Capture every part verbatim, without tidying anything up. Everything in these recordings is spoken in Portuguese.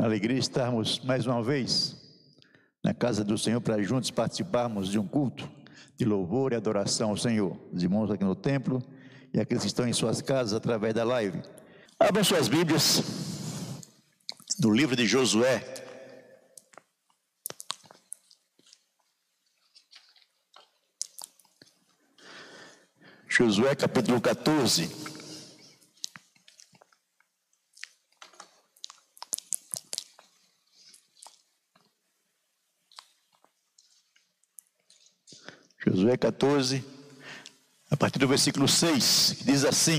Alegria estarmos mais uma vez na casa do Senhor para juntos participarmos de um culto de louvor e adoração ao Senhor. Os irmãos aqui no templo e aqueles que estão em suas casas através da live. Abram suas Bíblias no livro de Josué. Josué capítulo quatorze. Josué quatorze, a partir do versículo seis, que diz assim: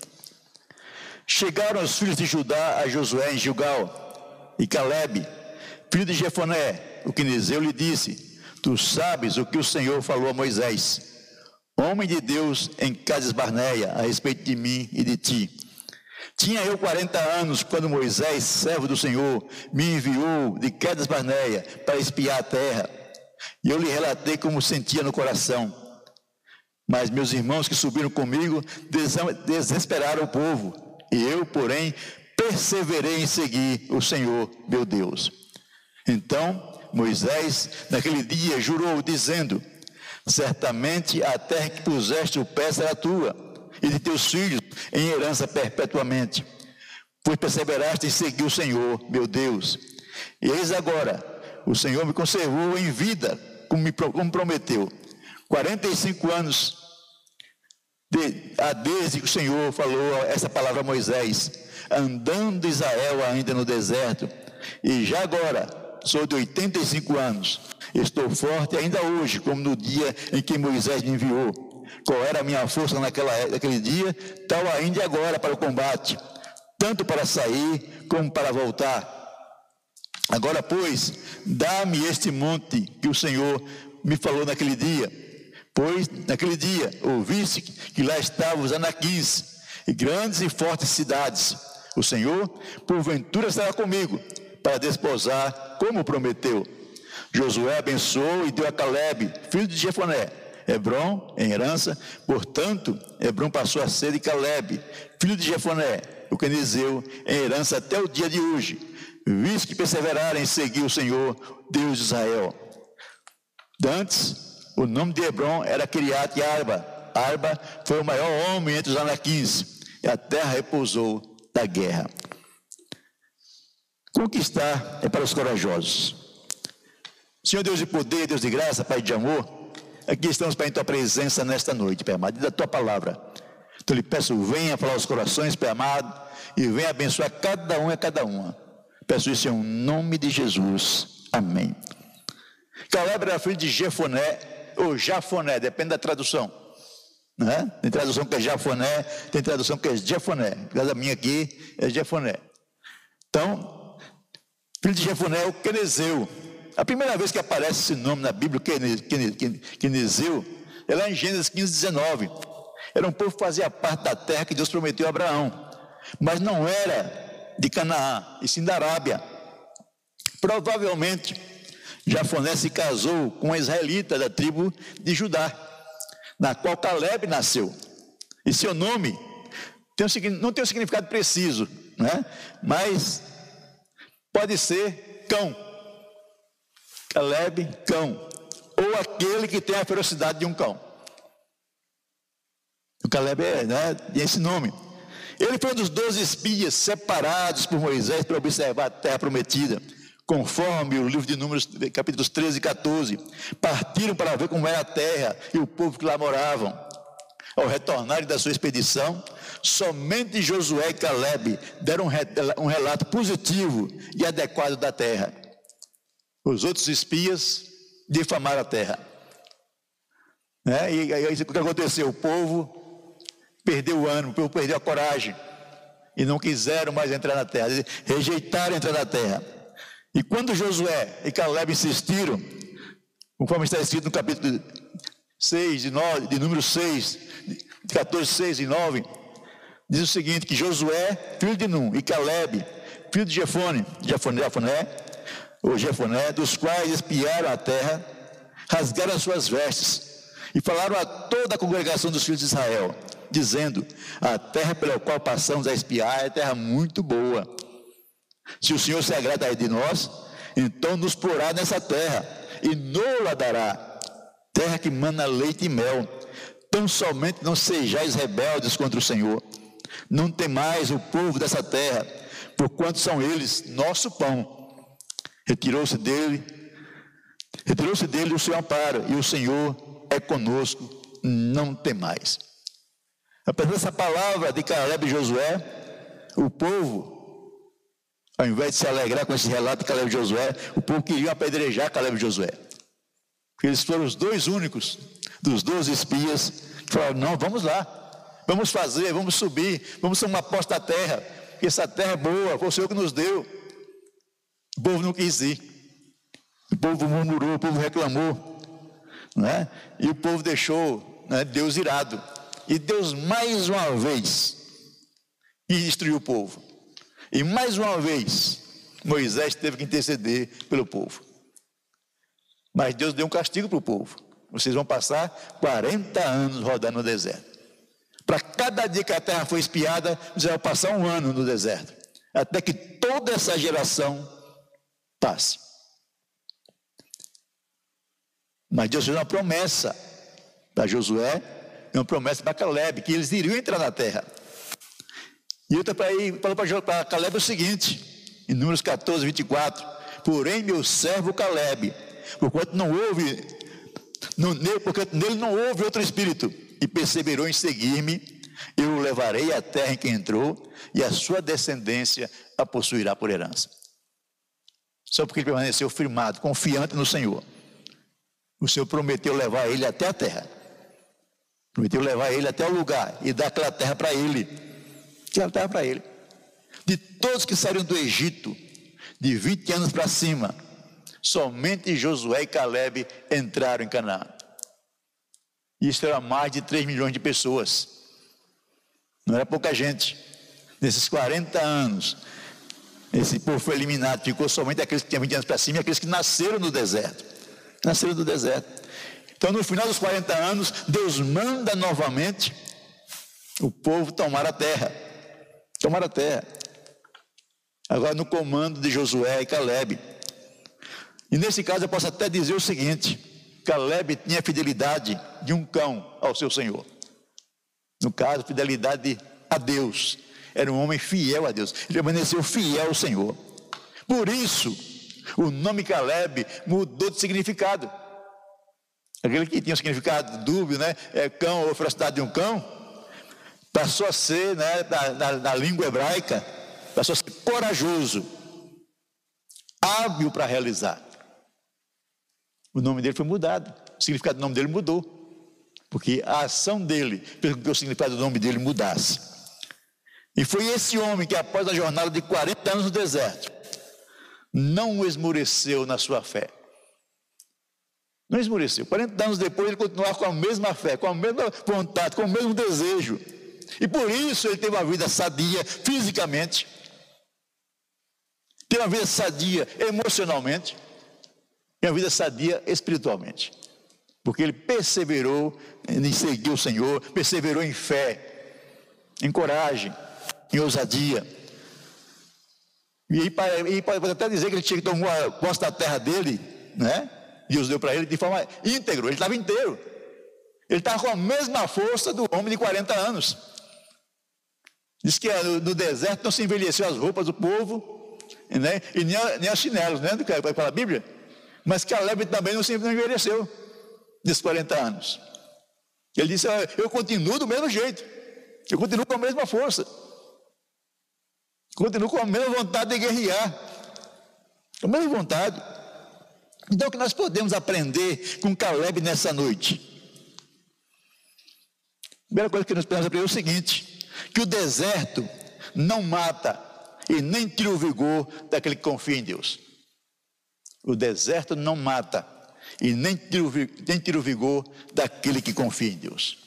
Chegaram os filhos de Judá a Josué em Gilgal, e Calebe, filho de Jefoné, o quenizeu, lhe disse: Tu sabes o que o Senhor falou a Moisés, homem de Deus em Cades Barneia, a respeito de mim e de ti. Tinha eu quarenta anos quando Moisés, servo do Senhor, me enviou de Cades Barneia para espiar a terra. E eu lhe relatei como sentia no coração. Mas meus irmãos que subiram comigo desesperaram o povo. E eu, porém, perseverei em seguir o Senhor, meu Deus. Então Moisés, naquele dia, jurou, dizendo: Certamente a terra que puseste o pé será tua, e de teus filhos em herança perpetuamente. Pois perseveraste em seguir o Senhor, meu Deus. E eis agora, o Senhor me conservou em vida, como me como prometeu. quarenta e cinco anos de, a desde que o Senhor falou essa palavra a Moisés, andando Israel ainda no deserto. E já agora, sou de oitenta e cinco anos. Estou forte ainda hoje, como no dia em que Moisés me enviou. Qual era a minha força naquela, naquele dia, tal ainda agora para o combate, tanto para sair como para voltar. Agora, pois, dá-me este monte que o Senhor me falou naquele dia. Pois, naquele dia, ouviste que lá estavam os anaquins, e grandes e fortes cidades. O Senhor, porventura, estará comigo, para desposar, como prometeu. Josué abençoou e deu a Calebe, filho de Jefoné, Hebrom, em herança. Portanto, Hebrom passou a ser de Calebe, filho de Jefoné, o quenizeu, em herança até o dia de hoje, visto que perseveraram em seguir o Senhor, Deus de Israel. Antes, o nome de Hebrom era Kiriat Arba. Arba foi o maior homem entre os anaquins, e a terra repousou da guerra. Conquistar é para os corajosos. Senhor Deus de poder, Deus de graça, Pai de amor, aqui estamos para a tua presença nesta noite, Pai amado, e da tua palavra. Então lhe peço, venha falar aos corações, Pai amado, e venha abençoar cada um e cada uma. Peço isso em nome de Jesus. Amém. Calebe era filho de Jefoné, ou Jafoné, depende da tradução. Né? Tem tradução que é Jafoné, tem tradução que é Jefoné. A minha aqui é Jefoné. Então, filho de Jefoné é o quenizeu. A primeira vez que aparece esse nome na Bíblia, quenizeu, é lá em Gênesis quinze, dezenove. Era um povo que fazia parte da terra que Deus prometeu a Abraão, mas não era de Canaã, e sim da Arábia. Provavelmente, Jafoné se casou com uma israelita da tribo de Judá, na qual Calebe nasceu. E seu nome tem um, não tem um significado preciso, né? Mas pode ser cão. Calebe, cão. Ou aquele que tem a ferocidade de um cão. O Calebe é, né, tem esse nome. Ele foi um dos doze espias separados por Moisés para observar a terra prometida, conforme o livro de Números, capítulos treze e quatorze. Partiram para ver como era a terra e o povo que lá moravam. Ao retornarem da sua expedição, somente Josué e Calebe deram um relato positivo e adequado da terra. Os outros espias difamaram a terra. Né? E aí o que aconteceu? O povo perdeu o ânimo, o povo perdeu a coragem e não quiseram mais entrar na terra, rejeitaram entrar na terra. E quando Josué e Calebe insistiram, conforme está escrito no capítulo seis, de, nove, de número seis, de quatorze, seis e nove, diz o seguinte: que Josué, filho de Num, e Calebe, filho de Jefone, Jefoné, Jefoné, ou Jefoné, dos quais espiaram a terra, rasgaram as suas vestes e falaram a toda a congregação dos filhos de Israel, dizendo: a terra pela qual passamos a espiar é terra muito boa. Se o Senhor se agrada de nós, então nos porá nessa terra e nos-la dará, terra que mana leite e mel. Tão somente não sejais rebeldes contra o Senhor. Não temais o povo dessa terra, porquanto são eles nosso pão. Retirou-se dele, retirou-se dele o seu amparo, e o Senhor é conosco, não temais. Apesar dessa palavra de Caleb e Josué, o povo, ao invés de se alegrar com esse relato de Caleb e Josué, o povo queria apedrejar Caleb e Josué. Porque eles foram os dois únicos dos doze espias que falaram: não, vamos lá, vamos fazer, vamos subir, vamos ser uma aposta da terra, porque essa terra é boa, foi o Senhor que nos deu. O povo não quis ir, o povo murmurou, o povo reclamou, não é? E o povo deixou, né, Deus irado. E Deus mais uma vez quis destruir o povo. E mais uma vez Moisés teve que interceder pelo povo. Mas Deus deu um castigo para o povo. Vocês vão passar quarenta anos rodando no deserto. Para cada dia que a terra foi espiada, você vai passar um ano no deserto, até que toda essa geração passe. Mas Deus fez uma promessa para Josué, uma promessa para Caleb, que eles iriam entrar na terra. E outra para ir, falou para Caleb o seguinte, em Números catorze, vinte e quatro: porém meu servo Caleb, porquanto não houve, não, porque nele não houve outro espírito, e perseverou em seguir-me, eu o levarei à terra em que entrou, e a sua descendência a possuirá por herança. Só porque ele permaneceu firmado, confiante no Senhor, o Senhor prometeu levar ele até a terra. Prometeu levar ele até o lugar e dar aquela terra para ele. Aquela terra para ele. De todos que saíram do Egito, de vinte anos para cima, somente Josué e Caleb entraram em Canaã. Isso era mais de três milhões de pessoas. Não era pouca gente. Nesses quarenta anos, esse povo foi eliminado. Ficou somente aqueles que tinham vinte anos para cima e aqueles que nasceram no deserto. Nasceram do deserto. Então, no final dos quarenta anos, Deus manda novamente o povo tomar a terra. Tomar a terra. Agora no comando de Josué e Caleb. E nesse caso eu posso até dizer o seguinte: Caleb tinha a fidelidade de um cão ao seu Senhor. No caso, fidelidade a Deus. Era um homem fiel a Deus. Ele permaneceu fiel ao Senhor. Por isso, o nome Caleb mudou de significado. Aquele que tinha um significado dúbio, né? É cão ou ferocidade de um cão, passou a ser, né, na, na, na língua hebraica, passou a ser corajoso, hábil para realizar. O nome dele foi mudado, o significado do nome dele mudou, porque a ação dele fez com que o significado do nome dele mudasse. E foi esse homem que, após a jornada de quarenta anos no deserto, não esmoreceu na sua fé. Não esmoreceu. quarenta anos depois ele continuava com a mesma fé, com a mesma vontade, com o mesmo desejo. E por isso ele teve uma vida sadia fisicamente, teve uma vida sadia emocionalmente, e uma vida sadia espiritualmente. Porque ele perseverou em seguir o Senhor, perseverou em fé, em coragem, em ousadia. E aí pode até dizer que ele tinha que tomar posse da terra dele, né? Deus deu para ele de forma íntegra, ele estava inteiro. Ele estava com a mesma força do homem de quarenta anos. Diz que no deserto não se envelheceu as roupas do povo, né? E nem, a, nem as chinelos, né? Do que fala a Bíblia. Mas Caleb também não se envelheceu nesses quarenta anos. Ele disse: eu continuo do mesmo jeito, eu continuo com a mesma força, continuo com a mesma vontade de guerrear, com a mesma vontade. Então, o que nós podemos aprender com Caleb nessa noite? A primeira coisa que nós podemos aprender é o seguinte: que o deserto não mata e nem tira o vigor daquele que confia em Deus. O deserto não mata e nem tira o, nem tira o vigor daquele que confia em Deus.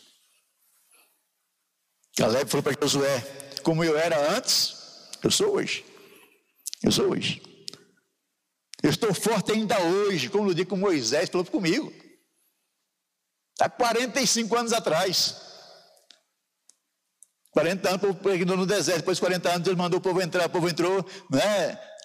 Caleb falou para Josué: como eu era antes, eu sou hoje. Eu sou hoje. Eu estou forte ainda hoje, como no dia que Moisés falou comigo. Há quarenta e cinco anos atrás. quarenta anos o povo pregou no deserto, depois de quarenta anos Deus mandou o povo entrar, o povo entrou, né?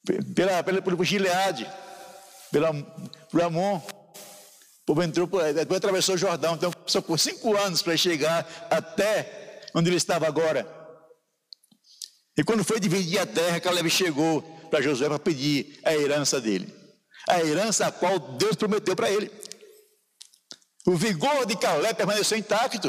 pela, pela, pelo Gileade, pela, por Amon. O povo entrou, depois atravessou o Jordão, então só por cinco anos para chegar até onde ele estava agora. E quando foi dividir a terra, Caleb chegou para Josué para pedir a herança dele. A herança a qual Deus prometeu para ele. O vigor de Caleb permaneceu intacto.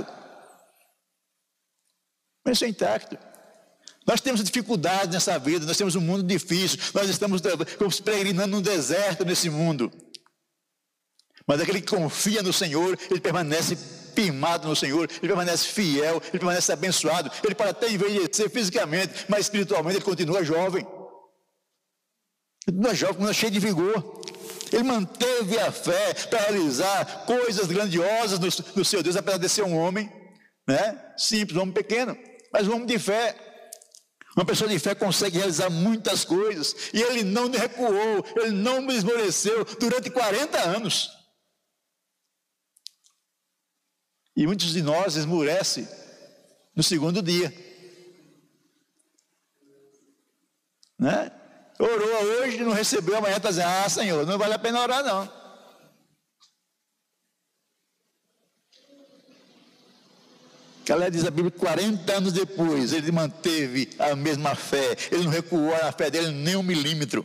Permaneceu intacto. Nós temos dificuldades nessa vida, nós temos um mundo difícil, nós estamos peregrinando no deserto nesse mundo. Mas aquele que confia no Senhor, ele permanece firmado no Senhor, ele permanece fiel, ele permanece abençoado, ele pode até envelhecer fisicamente, mas espiritualmente ele continua jovem. Ele continua jovem, continua cheio de vigor. Ele manteve a fé para realizar coisas grandiosas no, no seu Deus, apesar de ser um homem, né, simples, um homem pequeno, mas um homem de fé. Uma pessoa de fé consegue realizar muitas coisas, e ele não recuou, ele não esmoreceu durante quarenta anos. E muitos de nós esmorecem no segundo dia, né? Orou hoje, não recebeu, amanhã está dizendo, ah, Senhor, não vale a pena orar não. Caleb diz a Bíblia, quarenta anos depois, ele manteve a mesma fé, ele não recuou na fé dele nem um milímetro.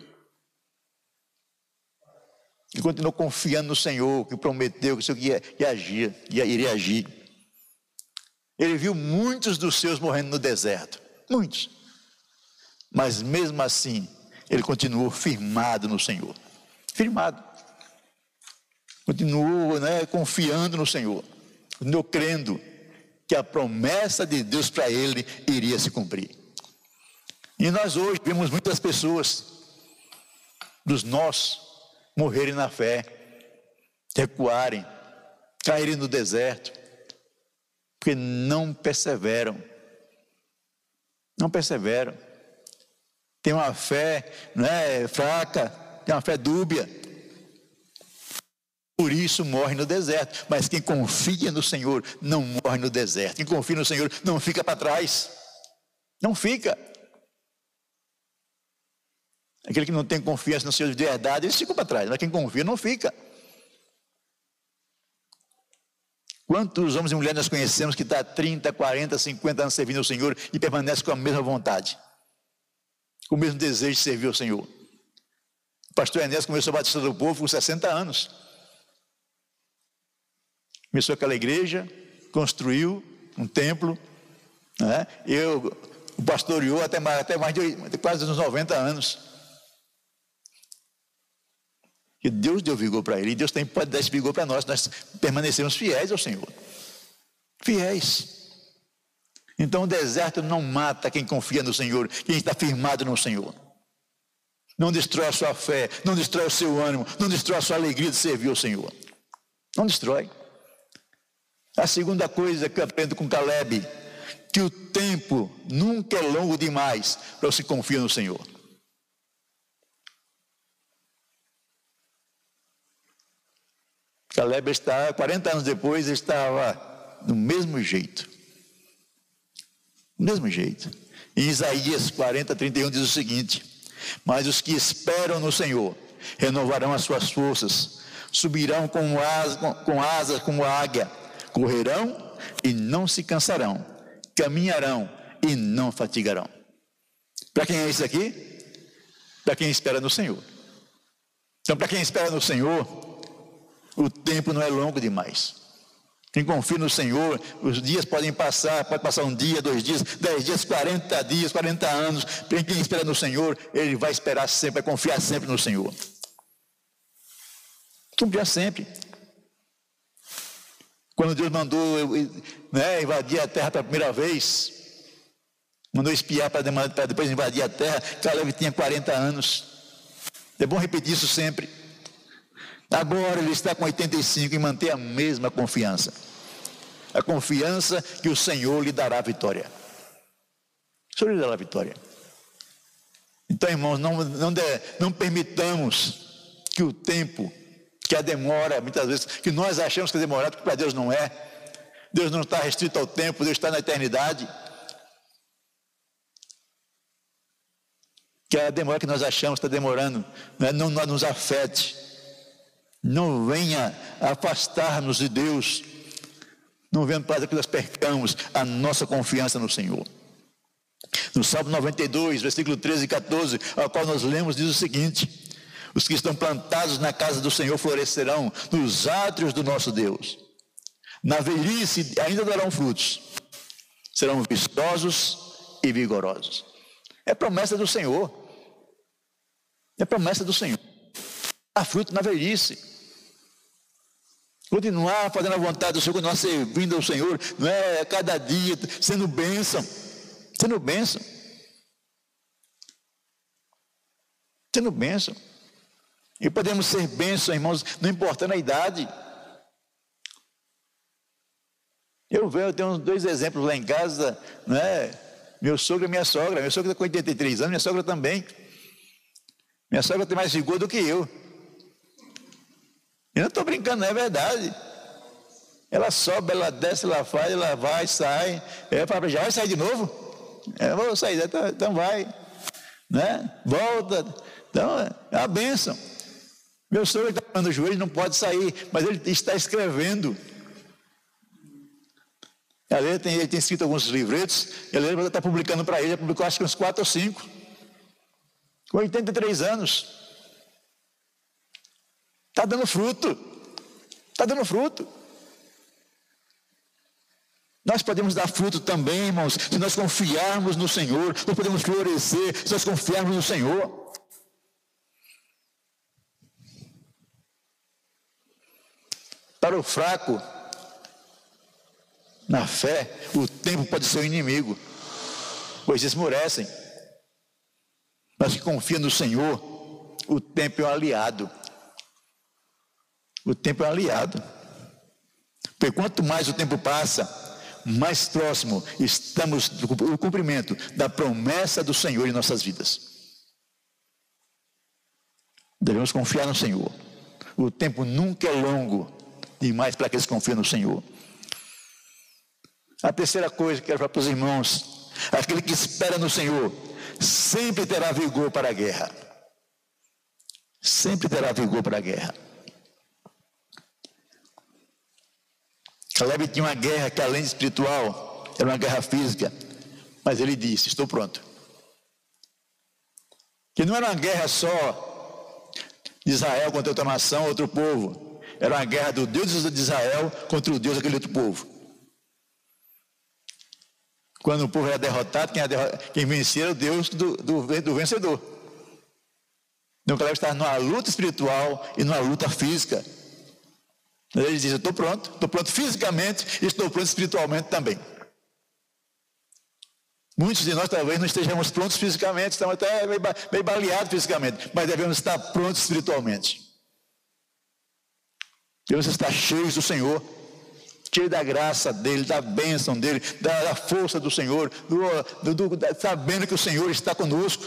Ele continuou confiando no Senhor, que prometeu que o Senhor ia, ia agir, ia, iria agir. Ele viu muitos dos seus morrendo no deserto, muitos. Mas mesmo assim, ele continuou firmado no Senhor. Firmado. Continuou, né, confiando no Senhor. Continuou crendo que a promessa de Deus para ele iria se cumprir. E nós hoje vemos muitas pessoas dos nós morrerem na fé, recuarem, caírem no deserto, porque não perseveram. Não perseveram. Tem uma fé, não é, fraca, tem uma fé dúbia. Por isso morre no deserto. Mas quem confia no Senhor não morre no deserto. Quem confia no Senhor não fica para trás. Não fica. Aquele que não tem confiança no Senhor de verdade, eles ficam para trás. Mas quem confia não fica. Quantos homens e mulheres nós conhecemos que está há trinta, quarenta, cinquenta anos servindo ao Senhor e permanece com a mesma vontade, com o mesmo desejo de servir ao Senhor? O pastor Enéas começou a batizar do povo com sessenta anos. Começou aquela igreja, construiu um templo, né? Eu o pastoreou até mais, até mais de até quase uns noventa anos. E Deus deu vigor para ele, e Deus também pode dar esse vigor para nós, nós permanecemos fiéis ao Senhor. Fiéis. Então o deserto não mata quem confia no Senhor, quem está firmado no Senhor. Não destrói a sua fé, não destrói o seu ânimo, não destrói a sua alegria de servir ao Senhor. Não destrói. A segunda coisa que eu aprendo com Caleb, que o tempo nunca é longo demais para você confiar no Senhor. Caleb está, quarenta anos depois, ele estava do mesmo jeito. Do mesmo jeito. Em Isaías quarenta, trinta e um diz o seguinte: mas os que esperam no Senhor renovarão as suas forças, subirão com asas, com, com asas como águia, correrão e não se cansarão, caminharão e não fatigarão. Para quem é isso aqui? Para quem espera no Senhor. Então, para quem espera no Senhor, o tempo não é longo demais. Quem confia no Senhor, os dias podem passar, pode passar um dia, dois dias, dez dias, quarenta dias, quarenta anos. Para quem espera no Senhor, ele vai esperar sempre, vai confiar sempre no Senhor. Confiar sempre. Quando Deus mandou, né, invadir a terra pela primeira vez, mandou espiar para depois invadir a terra, Caleb tinha quarenta anos. É bom repetir isso sempre. Agora ele está com oitenta e cinco e mantém a mesma confiança. A confiança que o Senhor lhe dará a vitória. O Senhor lhe dará a vitória. Então, irmãos, não, não, de, não permitamos que o tempo, que a demora, muitas vezes, que nós achamos que é demorado, porque para Deus não é. Deus não está restrito ao tempo, Deus está na eternidade. Que a demora que nós achamos que está demorando não, não, não nos afete. Não venha afastar-nos de Deus. Não venha para que nós percamos a nossa confiança no Senhor. No Salmo noventa e dois, versículo treze e quatorze, ao qual nós lemos, diz o seguinte: os que estão plantados na casa do Senhor florescerão nos átrios do nosso Deus. Na velhice ainda darão frutos. Serão vistosos e vigorosos. É promessa do Senhor. É promessa do Senhor. Dar fruto na velhice. Continuar fazendo a vontade do Senhor, continuar servindo ao Senhor, não é cada dia, sendo bênção. Sendo bênção. Sendo bênção. E podemos ser bênção, irmãos, não importando a idade. Eu vejo, eu tenho dois exemplos lá em casa, não é? Meu sogro e minha sogra. Meu sogro está com oitenta e três anos, minha sogra também. Minha sogra tem mais vigor do que eu. Eu não estou brincando, não é verdade. Ela sobe, ela desce, ela faz, ela vai, sai. Eu falo, já vai sair de novo? Eu vou sair, então, então vai. Né? Volta. Então, é uma bênção. Meu sogro está no joelho, não pode sair, mas ele está escrevendo. Ele tem, ele tem escrito alguns livretos, ele está publicando para ele, ele publicou acho que uns quatro ou cinco. Com oitenta e três anos. Está dando fruto. Está dando fruto. Nós podemos dar fruto também, irmãos, se nós confiarmos no Senhor. Nós podemos florescer se nós confiarmos no Senhor. Para o fraco, na fé, o tempo pode ser o inimigo, pois esmorecem. Mas que confia no Senhor, o tempo é um aliado. O tempo é um aliado. Porque quanto mais o tempo passa, mais próximo estamos do cumprimento da promessa do Senhor em nossas vidas. Devemos confiar no Senhor. O tempo nunca é longo demais para aqueles que confiam no Senhor. A terceira coisa que quero falar para os irmãos: aquele que espera no Senhor sempre terá vigor para a guerra. Sempre terá vigor para a guerra. Caleb tinha uma guerra que, além de espiritual, era uma guerra física. Mas ele disse: estou pronto. Que não era uma guerra só de Israel contra outra nação, outro povo. Era uma guerra do Deus de Israel contra o Deus daquele outro povo. Quando o povo era derrotado, quem, derrota, quem vencia era o Deus do, do, do vencedor. Então Caleb estava numa luta espiritual e numa luta física. Ele diz: eu estou pronto, estou pronto fisicamente e estou pronto espiritualmente também. Muitos de nós talvez não estejamos prontos fisicamente, estamos até meio, meio baleados fisicamente, mas devemos estar prontos espiritualmente. Devemos estar cheios do Senhor, cheios da graça dEle, da bênção dEle, da, da força do Senhor, do, do, do, da, sabendo que o Senhor está conosco.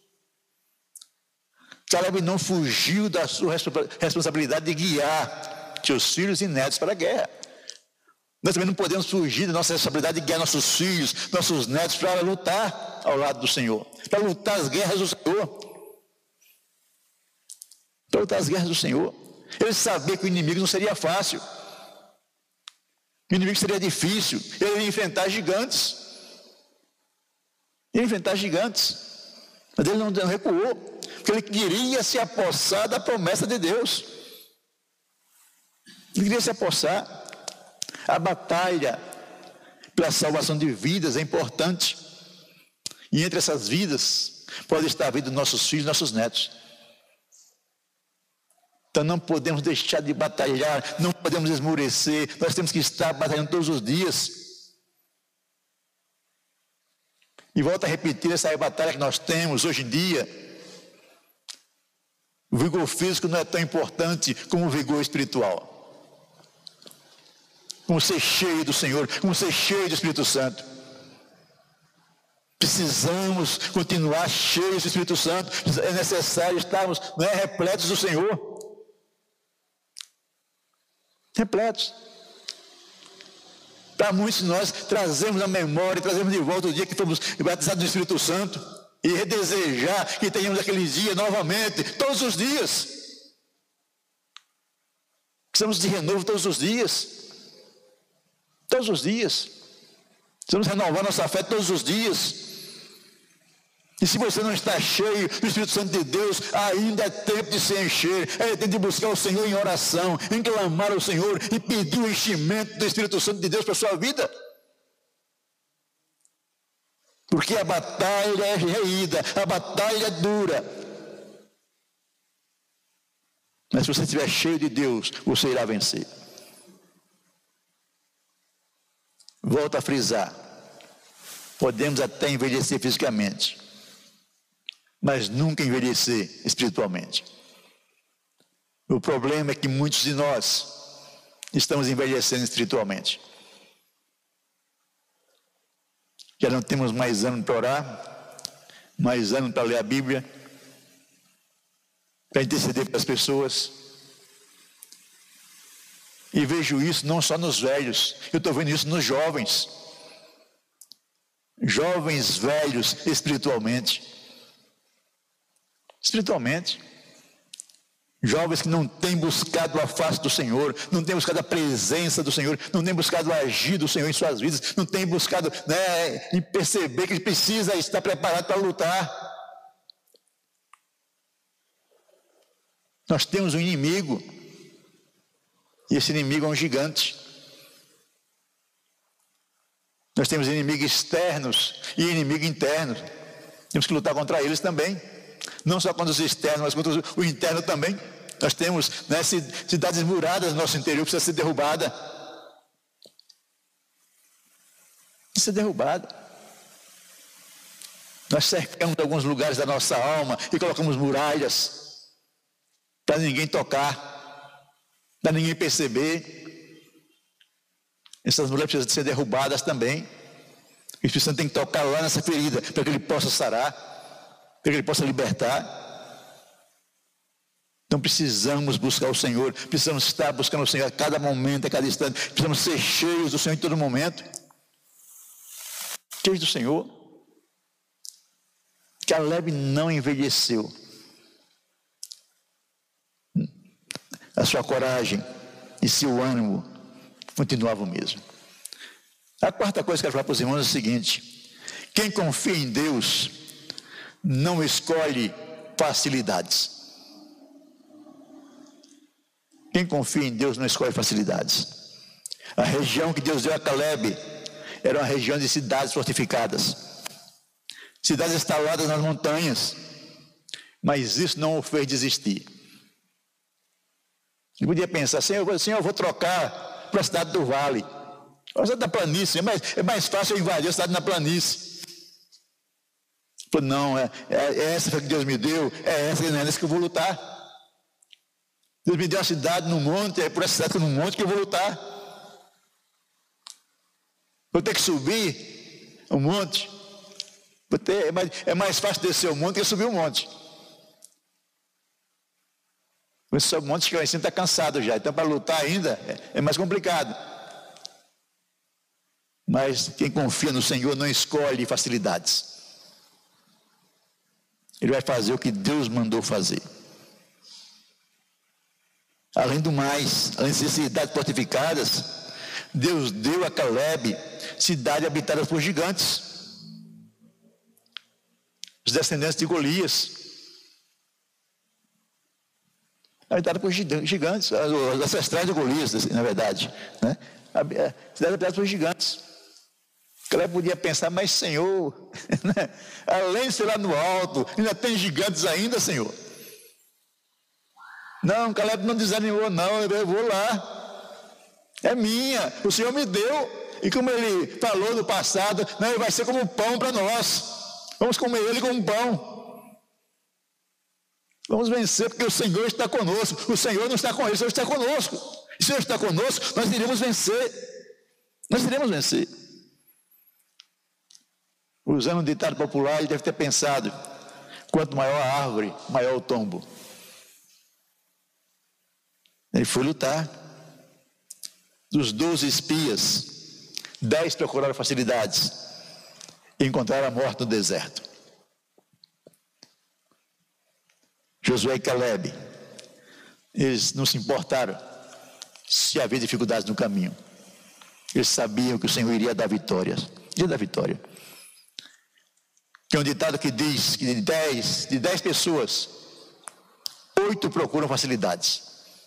Caleb não fugiu da sua responsabilidade de guiar seus filhos e netos para a guerra. Nós também não podemos fugir da nossa responsabilidade de guiar nossos filhos, nossos netos para lutar ao lado do Senhor, para lutar as guerras do Senhor, para lutar as guerras do Senhor. Ele sabia que o inimigo não seria fácil, o inimigo seria difícil, ele ia enfrentar gigantes, ele ia enfrentar gigantes, mas ele não recuou, porque ele queria se apossar da promessa de Deus. Ele queria se apossar. A batalha pela salvação de vidas é importante. E entre essas vidas pode estar a vida dos nossos filhos e nossos netos. Então não podemos deixar de batalhar, não podemos esmorecer. Nós temos que estar batalhando todos os dias. E volto a repetir essa batalha que nós temos hoje em dia. O vigor físico não é tão importante como o vigor espiritual. Como ser cheio do Senhor, como ser cheio do Espírito Santo. Precisamos continuar cheios do Espírito Santo. É necessário estarmos, não é, repletos do Senhor. Repletos. Para muitos de nós, trazemos a memória, trazemos de volta o dia que fomos batizados no Espírito Santo. e desejar que tenhamos aquele dia novamente, todos os dias. Precisamos de renovo todos os dias. Todos os dias. Precisamos renovar nossa fé todos os dias. E se você não está cheio do Espírito Santo de Deus, ainda é tempo de se encher, é tempo de buscar o Senhor em oração, em clamar ao Senhor e pedir o enchimento do Espírito Santo de Deus para a sua vida. Porque a batalha é reída, a batalha é dura. Mas se você estiver cheio de Deus, você irá vencer. Volto a frisar, podemos até envelhecer fisicamente, mas nunca envelhecer espiritualmente. O problema é que muitos de nós estamos envelhecendo espiritualmente. Já não temos mais ânimo para orar, mais ânimo para ler a Bíblia, para interceder pelas pessoas. E vejo isso não só nos velhos, eu estou vendo isso nos jovens. Jovens velhos espiritualmente. Espiritualmente. Jovens que não têm buscado a face do Senhor, não têm buscado a presença do Senhor, não têm buscado o agir do Senhor em suas vidas, não têm buscado, né, em perceber que precisa estar preparado para lutar. Nós temos um inimigo, e esse inimigo é um gigante. Nós temos inimigos externos e inimigo interno. Temos que lutar contra eles também. Não só contra os externos, mas contra o interno também. Nós temos, né, cidades muradas no nosso interior, precisa ser derrubada. Precisa ser derrubada. Nós cercamos alguns lugares da nossa alma e colocamos muralhas para ninguém tocar, para ninguém perceber. Essas muralhas precisam ser derrubadas também. O Espírito Santo tem que tocar lá nessa ferida para que ele possa sarar, para que ele possa libertar. Então precisamos buscar o Senhor, precisamos estar buscando o Senhor a cada momento, a cada instante, precisamos ser cheios do Senhor em todo momento. Cheios do Senhor. Caleb não envelheceu. A sua coragem e seu ânimo continuavam o mesmo. A quarta coisa que eu quero falar para os irmãos é o seguinte: quem confia em Deus não escolhe facilidades. Quem confia em Deus não escolhe facilidades. A região que Deus deu a Caleb era uma região de cidades fortificadas, cidades instaladas nas montanhas, mas isso não o fez desistir. Ele podia pensar assim, eu, assim, eu vou trocar para a cidade do vale, para a cidade da planície, é mais, é mais fácil eu invadir a cidade na planície. Falei, não, é, é, é essa que Deus me deu, é essa, é essa que eu vou lutar. Deus me deu uma cidade no monte, é por essa cidade no monte que eu vou lutar. Vou ter que subir o monte. Vou ter, é, mais, é mais fácil descer o monte que subir o monte. Você sobe o monte, que lá em cima está cansado já. Então, para lutar ainda, é, é mais complicado. Mas quem confia no Senhor não escolhe facilidades. Ele vai fazer o que Deus mandou fazer. Além do mais, além de cidades fortificadas, Deus deu a Caleb cidades habitadas por gigantes, os descendentes de Golias, habitadas por gigantes, os ancestrais de Golias, na verdade, né? Cidades habitadas por gigantes. Caleb podia pensar, mas Senhor, né? Além de ser lá no alto, ainda tem gigantes ainda, Senhor. Não, Caleb não desanimou, não, eu vou lá. É minha, o Senhor me deu. E como ele falou no passado, não, ele vai ser como um pão para nós. Vamos comer ele como um pão. Vamos vencer, porque o Senhor está conosco. O Senhor não está com ele, o Senhor está conosco. E se o Senhor está conosco, nós iremos vencer. Nós iremos vencer. Usando um ditado popular, ele deve ter pensado: quanto maior a árvore, maior o tombo. Ele foi lutar. Dos doze espias, dez procuraram facilidades e encontraram a morte no deserto. Josué e Caleb, eles não se importaram se havia dificuldades no caminho. Eles sabiam que o Senhor iria dar vitória. Iria dar vitória. Tem um ditado que diz que de dez, de dez pessoas, oito procuram facilidades.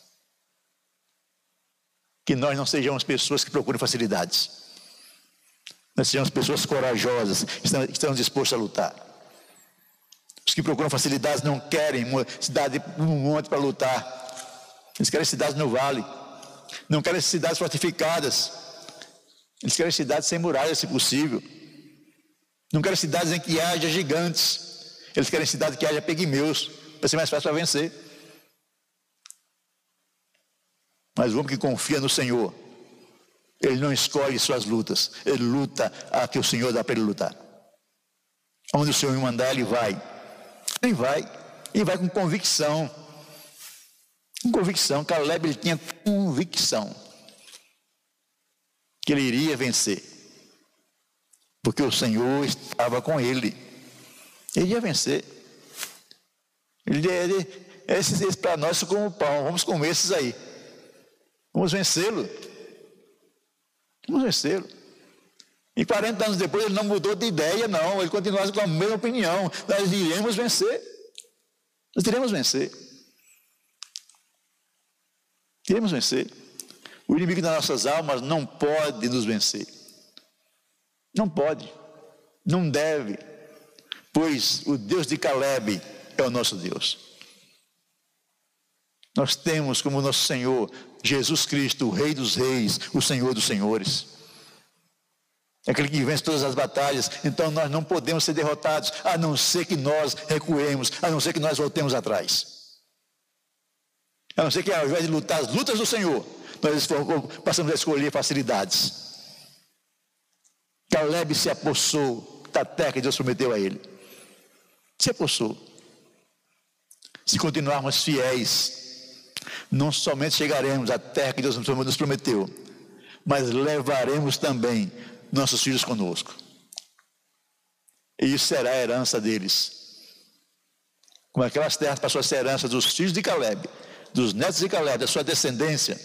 Que nós não sejamos pessoas que procuram facilidades. Nós sejamos pessoas corajosas, que estão, que estão dispostas a lutar. Os que procuram facilidades não querem uma cidade, um monte para lutar. Eles querem cidades no vale. Não querem cidades fortificadas. Eles querem cidades sem muralhas, se possível. Não querem cidades em que haja gigantes. Eles querem cidades que haja pigmeus, para ser mais fácil para vencer. Mas o homem que confia no Senhor, ele não escolhe suas lutas. Ele luta a que o Senhor dá para ele lutar. Onde o Senhor me mandar, ele vai. Ele vai. E vai com convicção. Com convicção. Caleb, ele tinha convicção que ele iria vencer. Porque o Senhor estava com ele. Ele ia vencer. Ele, ele, esses, esses para nós são como pão. Vamos comer esses aí. Vamos vencê-lo. Vamos vencê-lo. E quarenta anos depois ele não mudou de ideia, não. Ele continua com a mesma opinião. Nós iremos vencer. Nós iremos vencer. Iremos vencer. O inimigo das nossas almas não pode nos vencer. Não pode. Não deve. Pois o Deus de Caleb é o nosso Deus. Nós temos como nosso Senhor Jesus Cristo, o Rei dos Reis, o Senhor dos Senhores. É aquele que vence todas as batalhas. Então nós não podemos ser derrotados, a não ser que nós recuemos, a não ser que nós voltemos atrás. A não ser que ao invés de lutar as lutas do Senhor, nós passamos a escolher facilidades. Caleb se apossou da terra que Deus prometeu a ele. Se apossou. Se continuarmos fiéis, não somente chegaremos à terra que Deus nos prometeu, mas levaremos também nossos filhos conosco. E isso será a herança deles. Como aquelas terras passou a ser a herança dos filhos de Caleb, dos netos de Caleb, da sua descendência,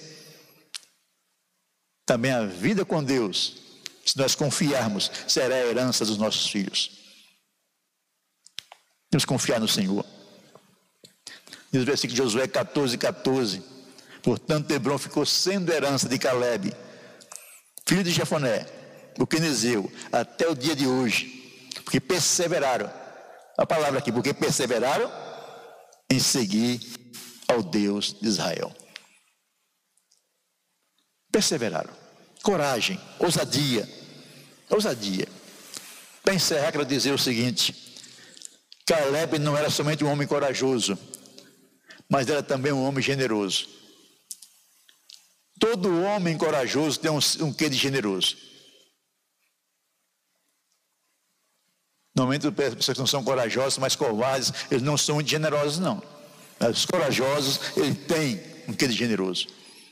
também a vida com Deus, se nós confiarmos, será a herança dos nossos filhos. Temos que confiar no Senhor. Diz o versículo de Josué catorze, catorze. Portanto, Hebron ficou sendo herança de Caleb, filho de Jefoné, o quenezeu, até o dia de hoje, porque perseveraram. A palavra aqui, porque perseveraram em seguir ao Deus de Israel. Perseveraram. Coragem, ousadia, ousadia. Para encerrar, quero dizer o seguinte: Caleb não era somente um homem corajoso, mas era também um homem generoso. Todo homem corajoso tem um, um quê de generoso. Normalmente as pessoas que não são corajosas, mas covardes, eles não são muito generosos, não. Mas os corajosos, eles têm um quê de generoso.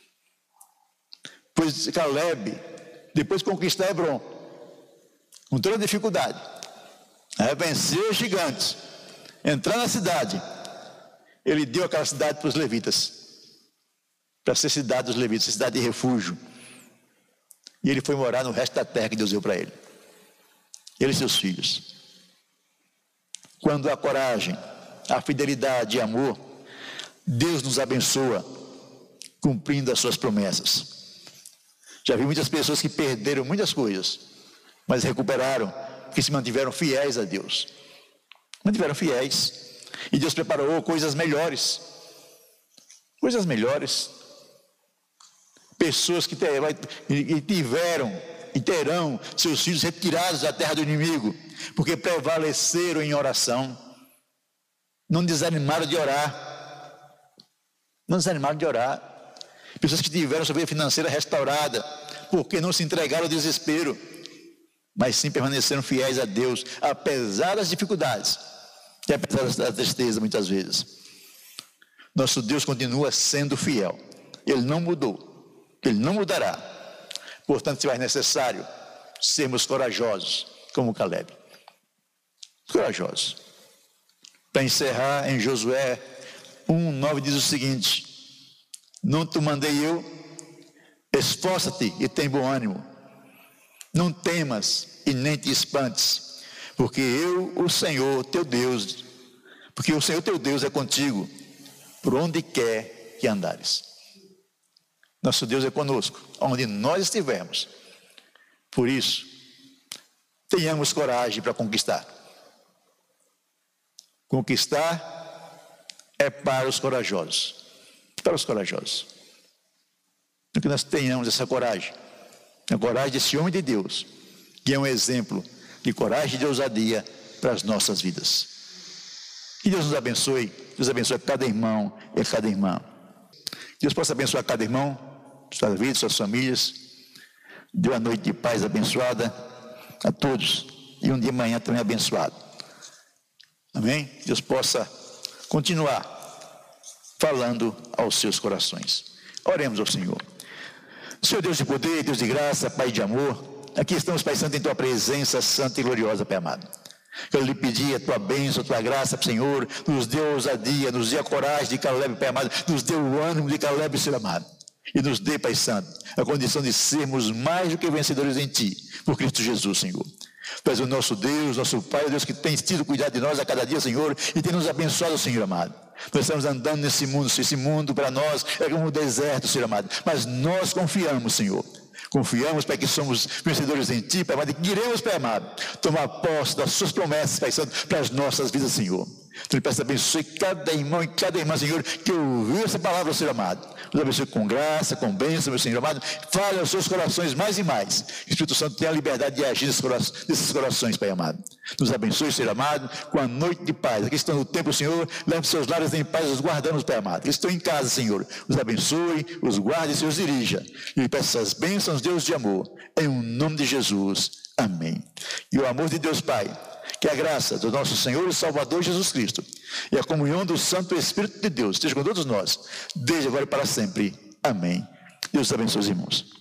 Pois Caleb, depois de conquistar Hebron, com toda a dificuldade, aí venceu os gigantes, entrar na cidade, ele deu aquela cidade para os levitas, para ser cidade dos levitas, cidade de refúgio. E ele foi morar no resto da terra que Deus deu para ele, ele e seus filhos. Quando há coragem, a fidelidade e amor, Deus nos abençoa, cumprindo as suas promessas. Já vi muitas pessoas que perderam muitas coisas, mas recuperaram, porque se mantiveram fiéis a Deus. Mantiveram fiéis. E Deus preparou coisas melhores. Coisas melhores. Pessoas que tiveram e terão seus filhos retirados da terra do inimigo, porque prevaleceram em oração. Não desanimaram de orar. Não desanimaram de orar. Pessoas que tiveram sua vida financeira restaurada, porque não se entregaram ao desespero, mas sim permaneceram fiéis a Deus, apesar das dificuldades, e apesar da tristeza muitas vezes. Nosso Deus continua sendo fiel. Ele não mudou. Ele não mudará. Portanto, se faz necessário sermos corajosos, como Caleb. Corajosos. Para encerrar, em Josué um, nove diz o seguinte: não te mandei eu, esforça-te e tem bom ânimo, não temas e nem te espantes, porque eu, o Senhor teu Deus, porque o Senhor teu Deus é contigo, por onde quer que andares. Nosso Deus é conosco, onde nós estivermos. Por isso, tenhamos coragem para conquistar. Conquistar é para os corajosos. Para os corajosos. Para que nós tenhamos essa coragem. A coragem desse homem de Deus, que é um exemplo de coragem e de ousadia para as nossas vidas. Que Deus nos abençoe. Deus abençoe a cada irmão e a cada irmã. Que Deus possa abençoar cada irmão, suas vidas, suas famílias. Dê uma noite de paz abençoada a todos. E um dia de manhã também abençoado. Amém? Que Deus possa continuar falando aos seus corações. Oremos ao Senhor. Senhor Deus de poder, Deus de graça, Pai de amor, aqui estamos, Pai Santo, em Tua presença santa e gloriosa, Pai amado. Eu lhe pedi a Tua bênção, a Tua graça, Senhor, nos dê ousadia, nos dê a coragem de Caleb, Pai amado, nos dê o ânimo de Caleb, Senhor amado, e nos dê, Pai Santo, a condição de sermos mais do que vencedores em Ti, por Cristo Jesus, Senhor. Tu és o nosso Deus, nosso Pai, o Deus que tem tido cuidado de nós a cada dia, Senhor, e tem nos abençoado, Senhor amado. Nós estamos andando nesse mundo, esse mundo para nós é como um deserto, Senhor amado, mas nós confiamos, Senhor. Confiamos, Pai, que somos vencedores em Ti, Pai amado, e que iremos, Pai amado, tomar posse das Suas promessas, Pai Santo, para as nossas vidas, Senhor. Tu lhe peço abençoe cada irmão e cada irmã, Senhor, que ouviu essa palavra, Senhor amado. Nos abençoe com graça, com bênção, meu Senhor amado. Fale aos seus corações mais e mais. Que o Espírito Santo tenha a liberdade de agir nesses corações, nesses corações, Pai amado. Nos abençoe, Senhor amado, com a noite de paz. Aqui estão no templo, Senhor, leve seus lares em paz, os guardando, Pai amado. Que estão em casa, Senhor. Os abençoe, os guarde e os dirija. E lhe peço essas bênçãos, Deus de amor. Em o nome de Jesus. Amém. E o amor de Deus, Pai, que a graça do nosso Senhor e Salvador Jesus Cristo e a comunhão do Santo Espírito de Deus esteja com todos nós, desde agora e para sempre. Amém. Deus abençoe os irmãos.